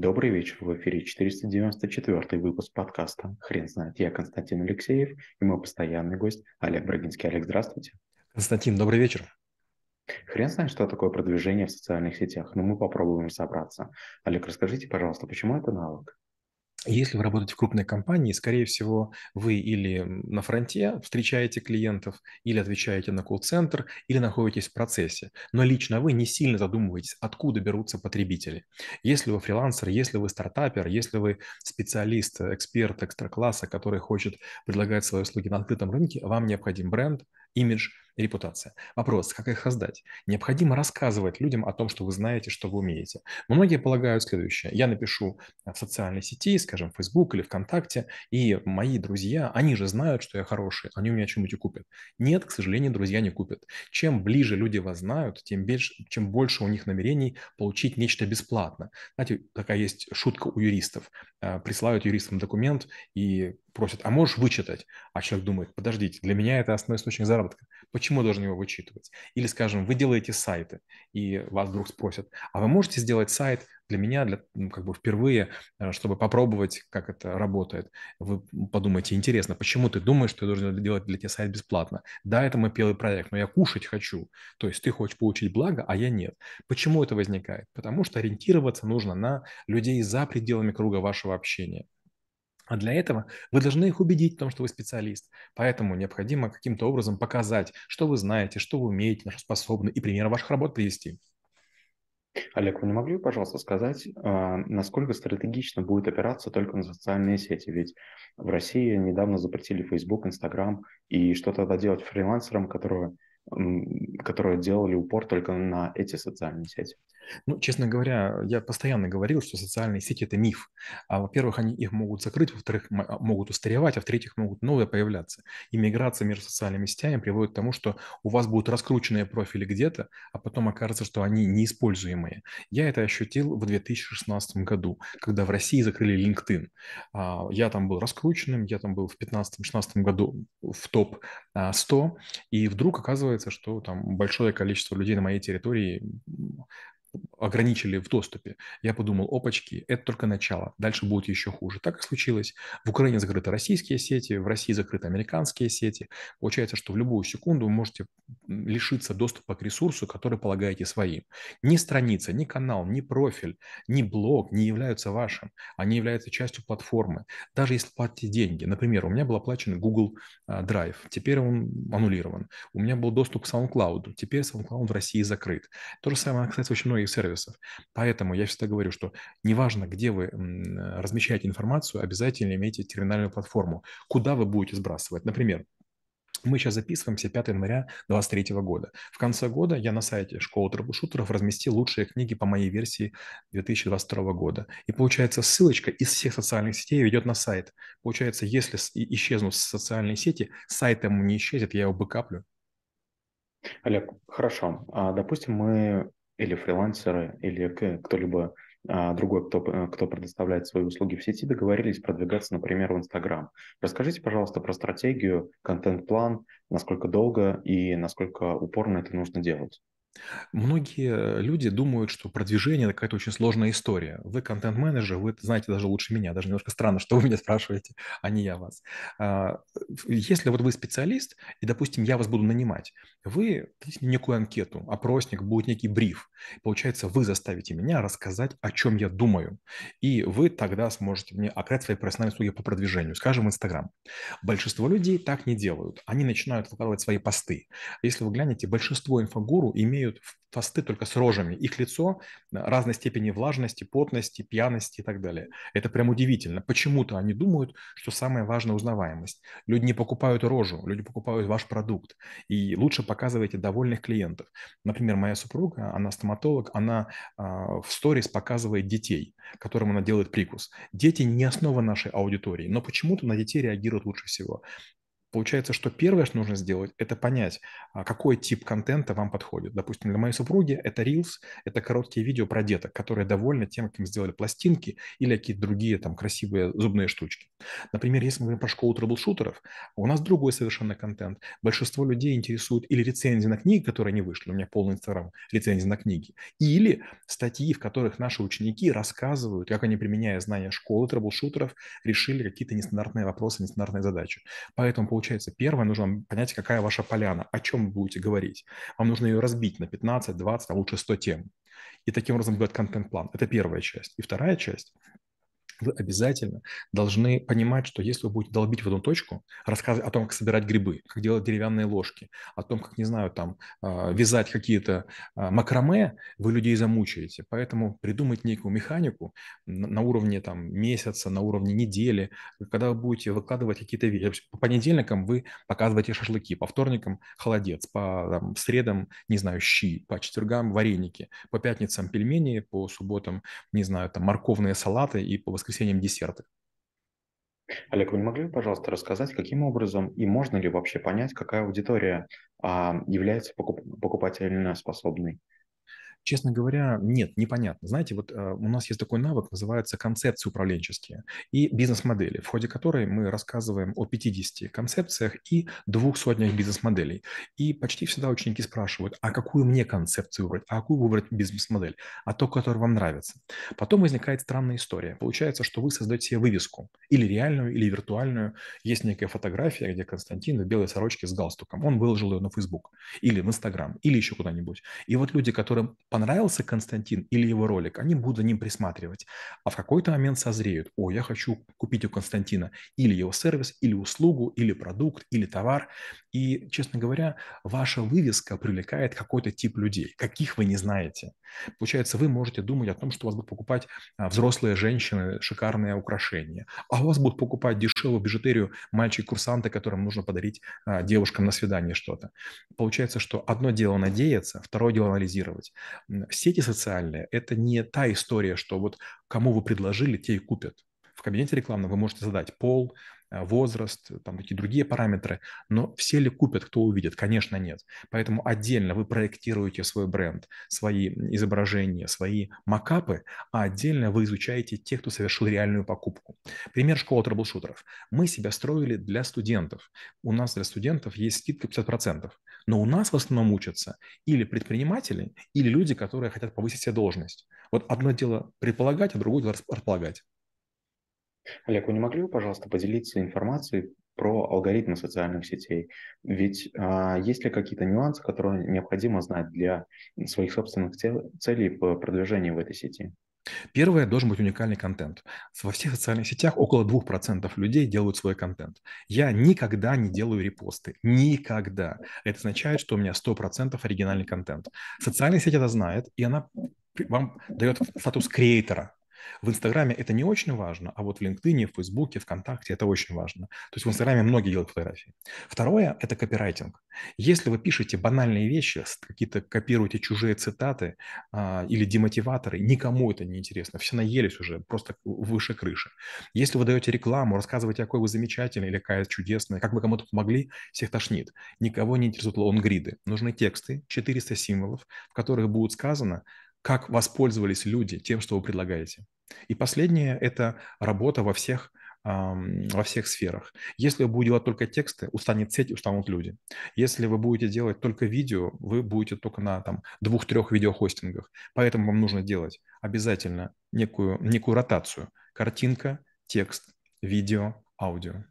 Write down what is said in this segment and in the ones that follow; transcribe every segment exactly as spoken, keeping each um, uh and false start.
Добрый вечер, в эфире четыреста девяносто четвёртый выпуск подкаста «Хрен знает». Я Константин Алексеев и мой постоянный гость Олег Брагинский. Олег, здравствуйте. Константин, добрый вечер. Хрен знает, что такое продвижение в социальных сетях, но мы попробуем разобраться. Олег, расскажите, пожалуйста, почему это навык? Если вы работаете в крупной компании, скорее всего, вы или на фронте встречаете клиентов, или отвечаете на колл-центр, или находитесь в процессе. Но лично вы не сильно задумываетесь, откуда берутся потребители. Если вы фрилансер, если вы стартапер, если вы специалист, эксперт экстра-класса, который хочет предлагать свои услуги на открытом рынке, вам необходим бренд, имидж, репутация. Вопрос, как их создать? Необходимо рассказывать людям о том, что вы знаете, что вы умеете. Многие полагают следующее. Я напишу в социальной сети, скажем, Facebook или ВКонтакте, и мои друзья, они же знают, что я хороший, они у меня что-нибудь и купят. Нет, к сожалению, друзья не купят. Чем ближе люди вас знают, тем больше, чем больше у них намерений получить нечто бесплатно. Знаете, такая есть шутка у юристов. А, Присылают юристам документ и просят, а можешь вычитать? А человек думает, подождите, для меня это основной источник заработка. Почему я должен его вычитывать? Или, скажем, вы делаете сайты, и вас вдруг спросят, а вы можете сделать сайт для меня, для, ну, как бы впервые, э, чтобы попробовать, как это работает. Вы подумайте, интересно, почему ты думаешь, что я должен делать для тебя сайт бесплатно? Да, это мой первый проект, но я кушать хочу. То есть ты хочешь получить благо, а я нет. Почему это возникает? Потому что ориентироваться нужно на людей за пределами круга вашего общения. А для этого вы должны их убедить в том, что вы специалист. Поэтому необходимо каким-то образом показать, что вы знаете, что вы умеете, на что способны, и примеры ваших работ привести. Олег, вы не могли бы, пожалуйста, сказать, а, насколько стратегично будет опираться только на социальные сети? Ведь в России недавно запретили Facebook, Instagram, и что тогда делать фрилансерам, которые, м, которые делали упор только на эти социальные сети? Ну, честно говоря, я постоянно говорил, что социальные сети – это миф. А, во-первых, они их могут закрыть, во-вторых, м- а, могут устаревать, а в-третьих, могут новые появляться. И миграция между социальными сетями приводит к тому, что у вас будут раскрученные профили где-то, а потом окажется, что они неиспользуемые. Я это ощутил в две тысячи шестнадцатом году, когда в России закрыли LinkedIn. А, Я там был раскрученным, я там был в пятнадцатом-шестнадцатом году в топ сто, и вдруг оказывается, что там большое количество людей на моей территории ограничили в доступе. Я подумал, опачки, это только начало, дальше будет еще хуже. Так и случилось. В Украине закрыты российские сети, в России закрыты американские сети. Получается, что в любую секунду вы можете лишиться доступа к ресурсу, который полагаете своим. Ни страница, ни канал, ни профиль, ни блог не являются вашим. Они являются частью платформы. Даже если платите деньги. Например, у меня был оплачен Google а, Drive, теперь он аннулирован. У меня был доступ к SoundCloud, теперь SoundCloud в России закрыт. То же самое касается очень многих сервисов. Поэтому я всегда говорю, что неважно, где вы м, размещаете информацию, обязательно имейте терминальную платформу, куда вы будете сбрасывать. Например, мы сейчас записываемся пятого января две тысячи двадцать третьего года. В конце года я на сайте школы трэблшутеров разместил лучшие книги по моей версии две тысячи двадцать второго года. И получается, ссылочка из всех социальных сетей ведет на сайт. Получается, если с- и- исчезнут социальные сети, сайт ему не исчезнет, я его бэкаплю. Олег, хорошо. А, допустим, мы или фрилансеры, или к- кто-либо а, другой, кто, п- кто предоставляет свои услуги в сети, договорились продвигаться, например, в Инстаграм. Расскажите, пожалуйста, про стратегию, контент-план, насколько долго и насколько упорно это нужно делать. Многие люди думают, что продвижение – это какая-то очень сложная история. Вы контент-менеджер, вы это знаете даже лучше меня. Даже немножко странно, что вы меня спрашиваете, а не я вас. А, Если вот вы специалист, и, допустим, я вас буду нанимать, вы дадите мне некую анкету, опросник, будет некий бриф. Получается, вы заставите меня рассказать, о чем я думаю. И вы тогда сможете мне оказать свои профессиональные услуги по продвижению, скажем, Инстаграм. Большинство людей так не делают. Они начинают выкладывать свои посты. Если вы глянете, большинство инфогуру имеют посты только с рожами. Их лицо разной степени влажности, потности, пьяности и так далее. Это прям удивительно. Почему-то они думают, что самое важное – узнаваемость. Люди не покупают рожу, люди покупают ваш продукт. И лучше показывайте довольных клиентов. Например, моя супруга, она стоматолог, она а, в сторис показывает детей, которым она делает прикус. Дети не основа нашей аудитории, но почему-то на детей реагируют лучше всего. Получается, что первое, что нужно сделать, это понять, а, какой тип контента вам подходит. Допустим, для моей супруги это Reels, это короткие видео про деток, которые довольны тем, как им сделали пластинки или какие-то другие там красивые зубные штучки. Например, если мы говорим про школу трэблшутеров, у нас другой совершенно контент. Большинство людей интересует или рецензии на книги, которые не вышли, у меня полный инстаграм рецензий на книги, или статьи, в которых наши ученики рассказывают, как они, применяя знания школы трэблшутеров, решили какие-то нестандартные вопросы, нестандартные задачи. Поэтому, получается, первое, нужно понять, какая ваша поляна, о чем вы будете говорить. Вам нужно ее разбить на пятнадцать, двадцать, а лучше сто тем. И таким образом делать контент-план. Это первая часть. И вторая часть. Вы обязательно должны понимать, что если вы будете долбить в одну точку, рассказывать о том, как собирать грибы, как делать деревянные ложки, о том, как, не знаю, там, а, вязать какие-то а, макраме, вы людей замучаете. Поэтому придумать некую механику на на уровне там, месяца, на уровне недели, когда вы будете выкладывать какие-то вещи. По понедельникам вы показываете шашлыки, по вторникам холодец, по там, средам, не знаю, щи, по четвергам вареники, по пятницам пельмени, по субботам, не знаю, там морковные салаты и по воскресеньям десерты. Олег, вы не могли бы, пожалуйста, рассказать, каким образом и можно ли вообще понять, какая аудитория а, является покуп- покупательно способной? Честно говоря, нет, непонятно. Знаете, вот э, у нас есть такой навык, называется концепции управленческие и бизнес-модели, в ходе которой мы рассказываем о пятидесяти концепциях и двух сотнях бизнес-моделей. И почти всегда ученики спрашивают, а какую мне концепцию выбрать, а какую выбрать бизнес-модель, а то, которая вам нравится. Потом возникает странная история. Получается, что вы создаете себе вывеску, или реальную, или виртуальную. Есть некая фотография, где Константин в белой сорочке с галстуком. Он выложил ее на Facebook, или в Instagram, или еще куда-нибудь. И вот люди, которым понравился Константин или его ролик, они будут за ним присматривать. А в какой-то момент созреют: о, я хочу купить у Константина или его сервис, или услугу, или продукт, или товар. И, честно говоря, ваша вывеска привлекает какой-то тип людей, каких вы не знаете. Получается, вы можете думать о том, что у вас будут покупать а, взрослые женщины шикарные украшения, а у вас будут покупать дешевую бижутерию мальчик-курсанты, которым нужно подарить а, девушкам на свидание что-то. Получается, что одно дело надеяться, второе дело анализировать. Сети социальные – это не та история, что вот кому вы предложили, те и купят. В кабинете рекламном вы можете задать пол, э, возраст, там такие другие параметры, но все ли купят, кто увидит? Конечно, нет. Поэтому отдельно вы проектируете свой бренд, свои изображения, свои макапы, а отдельно вы изучаете тех, кто совершил реальную покупку. Пример школы трэблшутеров. Мы себя строили для студентов. У нас для студентов есть скидка пятьдесят процентов, но у нас в основном учатся или предприниматели, или люди, которые хотят повысить себе должность. Вот одно дело предполагать, а другое дело располагать. Олег, вы не могли бы, пожалуйста, поделиться информацией про алгоритмы социальных сетей? Ведь а, есть ли какие-то нюансы, которые необходимо знать для своих собственных цел- целей по продвижению в этой сети? Первое, должен быть уникальный контент. Во всех социальных сетях около двух процентов людей делают свой контент. Я никогда не делаю репосты. Никогда. Это означает, что у меня сто процентов оригинальный контент. Социальная сеть это знает, и она вам дает статус креатора. В Инстаграме это не очень важно, а вот в LinkedIn, в Фейсбуке, ВКонтакте это очень важно. То есть в Инстаграме многие делают фотографии. Второе– это копирайтинг. Если вы пишете банальные вещи, какие-то копируете чужие цитаты, а, или демотиваторы, никому это не интересно. Все наелись уже, просто выше крыши. Если вы даете рекламу, рассказываете, какой вы замечательный или какая чудесная, как вы кому-то помогли, всех тошнит. Никого не интересуют лонгриды. Нужны тексты, четыреста символов, в которых будет сказано, как воспользовались люди тем, что вы предлагаете. И последнее– это работа во всех ам, во всех сферах. Если вы будете делать только тексты, устанет сеть, устанут люди. Если вы будете делать только видео, вы будете только на там, двух-трех видеохостингах. Поэтому вам нужно делать обязательно некую, некую ротацию. Картинка, текст, видео, аудио.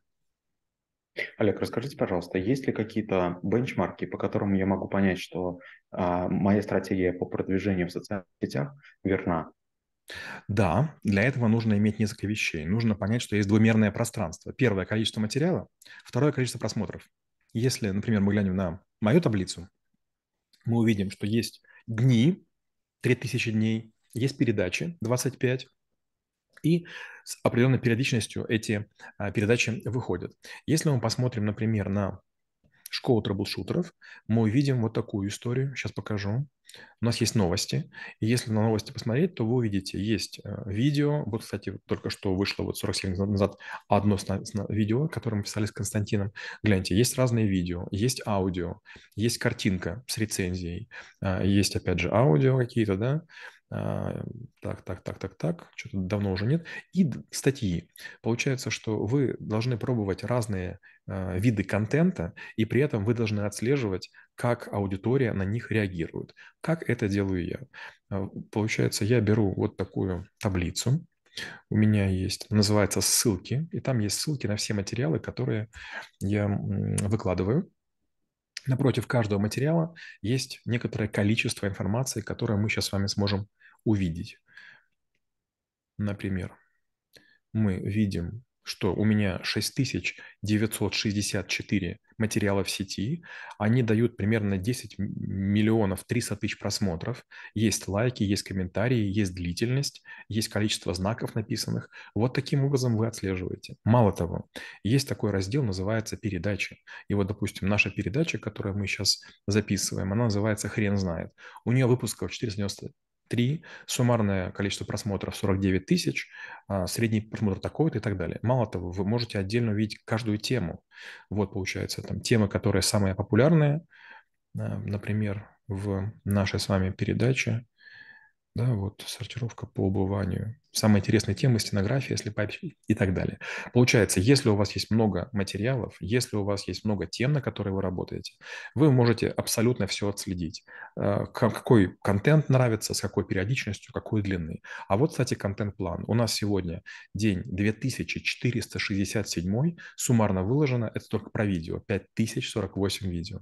Олег, расскажите, пожалуйста, есть ли какие-то бенчмарки, по которым я могу понять, что а, моя стратегия по продвижению в социальных сетях верна? Да, для этого нужно иметь несколько вещей. Нужно понять, что есть двумерное пространство. Первое– количество материала, второе– количество просмотров. Если, например, мы глянем на мою таблицу, мы увидим, что есть дни, три тысячи дней, есть передачи, двадцать пять, и с определенной периодичностью эти а, передачи выходят. Если мы посмотрим, например, на школу трэблшутеров, мы увидим вот такую историю. Сейчас покажу. У нас есть новости, и если на новости посмотреть, то вы увидите, есть э, видео. Вот, кстати, вот только что вышло вот сорок семь минут назад одно с на- с на- видео, которое мы писали с Константином. Гляньте, есть разные видео, есть аудио, есть картинка с рецензией, а, есть, опять же, аудио какие-то, да. А, Так, так, так, так, так, что-то давно уже нет. И д- статьи. Получается, что вы должны пробовать разные а, виды контента, и при этом вы должны отслеживать, как аудитория на них реагирует. Как это делаю я? А, Получается, я беру вот такую таблицу. У меня есть, называется ссылки, и там есть ссылки на все материалы, которые я м, выкладываю. Напротив каждого материала есть некоторое количество информации, которое мы сейчас с вами сможем увидеть. Например, мы видим, что у меня шесть тысяч девятьсот шестьдесят четыре материала в сети. Они дают примерно десять миллионов триста тысяч просмотров. Есть лайки, есть комментарии, есть длительность, есть количество знаков написанных. Вот таким образом вы отслеживаете. Мало того, есть такой раздел, называется «Передачи». И вот, допустим, наша передача, которую мы сейчас записываем, она называется «Хрен знает». У нее выпусков четыреста девяносто три, суммарное количество просмотров сорок девять тысяч, а, средний просмотр такой-то и так далее. Мало того, вы можете отдельно увидеть каждую тему. Вот получается там темы, которые самые популярные, а, например, в нашей с вами передаче. Да, вот сортировка по убыванию. Самые интересные темы, стенография, слепая и так далее. Получается, если у вас есть много материалов, если у вас есть много тем, на которые вы работаете, вы можете абсолютно все отследить. Э, ка- Какой контент нравится, с какой периодичностью, какой длины. А вот, кстати, контент-план. У нас сегодня день две тысячи четыреста шестьдесят семь, суммарно выложено, это только про видео, пять тысяч сорок восемь видео.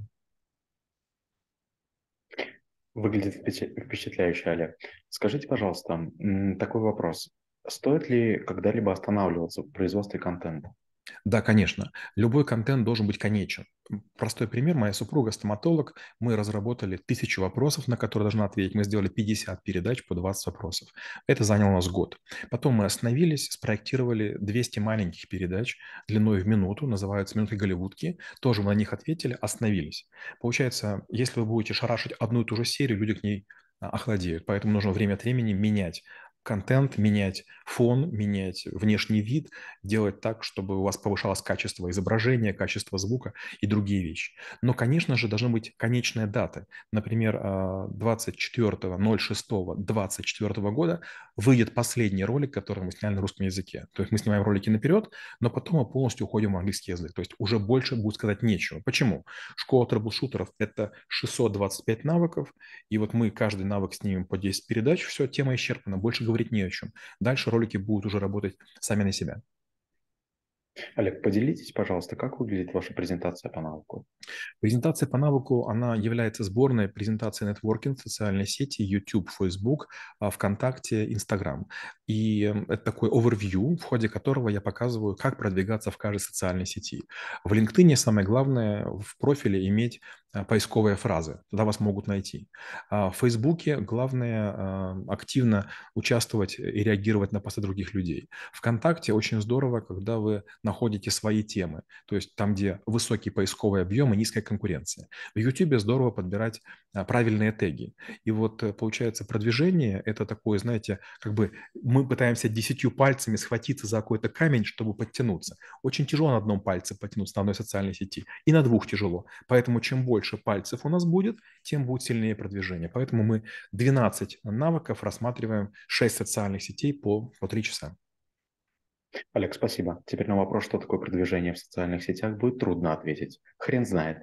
Выглядит впечат- впечатляюще, Олег. Скажите, пожалуйста, м, такой вопрос. Стоит ли когда-либо останавливаться в производстве контента? Да, конечно. Любой контент должен быть конечен. Простой пример. Моя супруга стоматолог. Мы разработали тысячу вопросов, на которые должна ответить. Мы сделали пятьдесят передач по двадцать вопросов. Это заняло у нас год. Потом мы остановились, спроектировали двести маленьких передач длиной в минуту, называются «Минуты Голливудки». Тоже мы на них ответили, остановились. Получается, если вы будете шарашить одну и ту же серию, люди к ней а, охладеют. Поэтому нужно время от времени менять контент, менять фон, менять внешний вид, делать так, чтобы у вас повышалось качество изображения, качество звука и другие вещи. Но, конечно же, должна быть конечная дата. Например, а, двадцать четвёртого ноль шестого двадцать четвёртого года выйдет последний ролик, который мы сняли на русском языке. То есть мы снимаем ролики наперед, но потом мы полностью уходим в английский язык. То есть уже больше будет сказать нечего. Почему? Школа трэблшутеров – это шестьсот двадцать пять навыков, и вот мы каждый навык снимем по десять передач, все, тема исчерпана, больше говорить не о чем. Дальше ролики будут уже работать сами на себя. Олег, поделитесь, пожалуйста, как выглядит ваша презентация по навыку? Презентация по навыку, она является сборной презентацией нетворкинг, социальной сети, YouTube, Facebook, а, ВКонтакте, Instagram. И м, это такой overview, в ходе которого я показываю, как продвигаться в каждой социальной сети. В LinkedIn самое главное в профиле иметь а, поисковые фразы, туда вас могут найти. А в Фейсбуке главное а, активно участвовать и реагировать на посты других людей. ВКонтакте очень здорово, когда вы находите свои темы, то есть там, где высокий поисковый объем и низкая конкуренция. В YouTube здорово подбирать а, правильные теги. И вот э, получается продвижение – это такое, знаете, как бы мы пытаемся десятью пальцами схватиться за какой-то камень, чтобы подтянуться. Очень тяжело на одном пальце подтянуться на одной социальной сети, и на двух тяжело. Поэтому чем больше пальцев у нас будет, тем будет сильнее продвижение. Поэтому мы двенадцать навыков рассматриваем, шесть социальных сетей по, по три часа. Олег, спасибо. Теперь на вопрос, что такое продвижение в социальных сетях, будет трудно ответить. Хрен знает.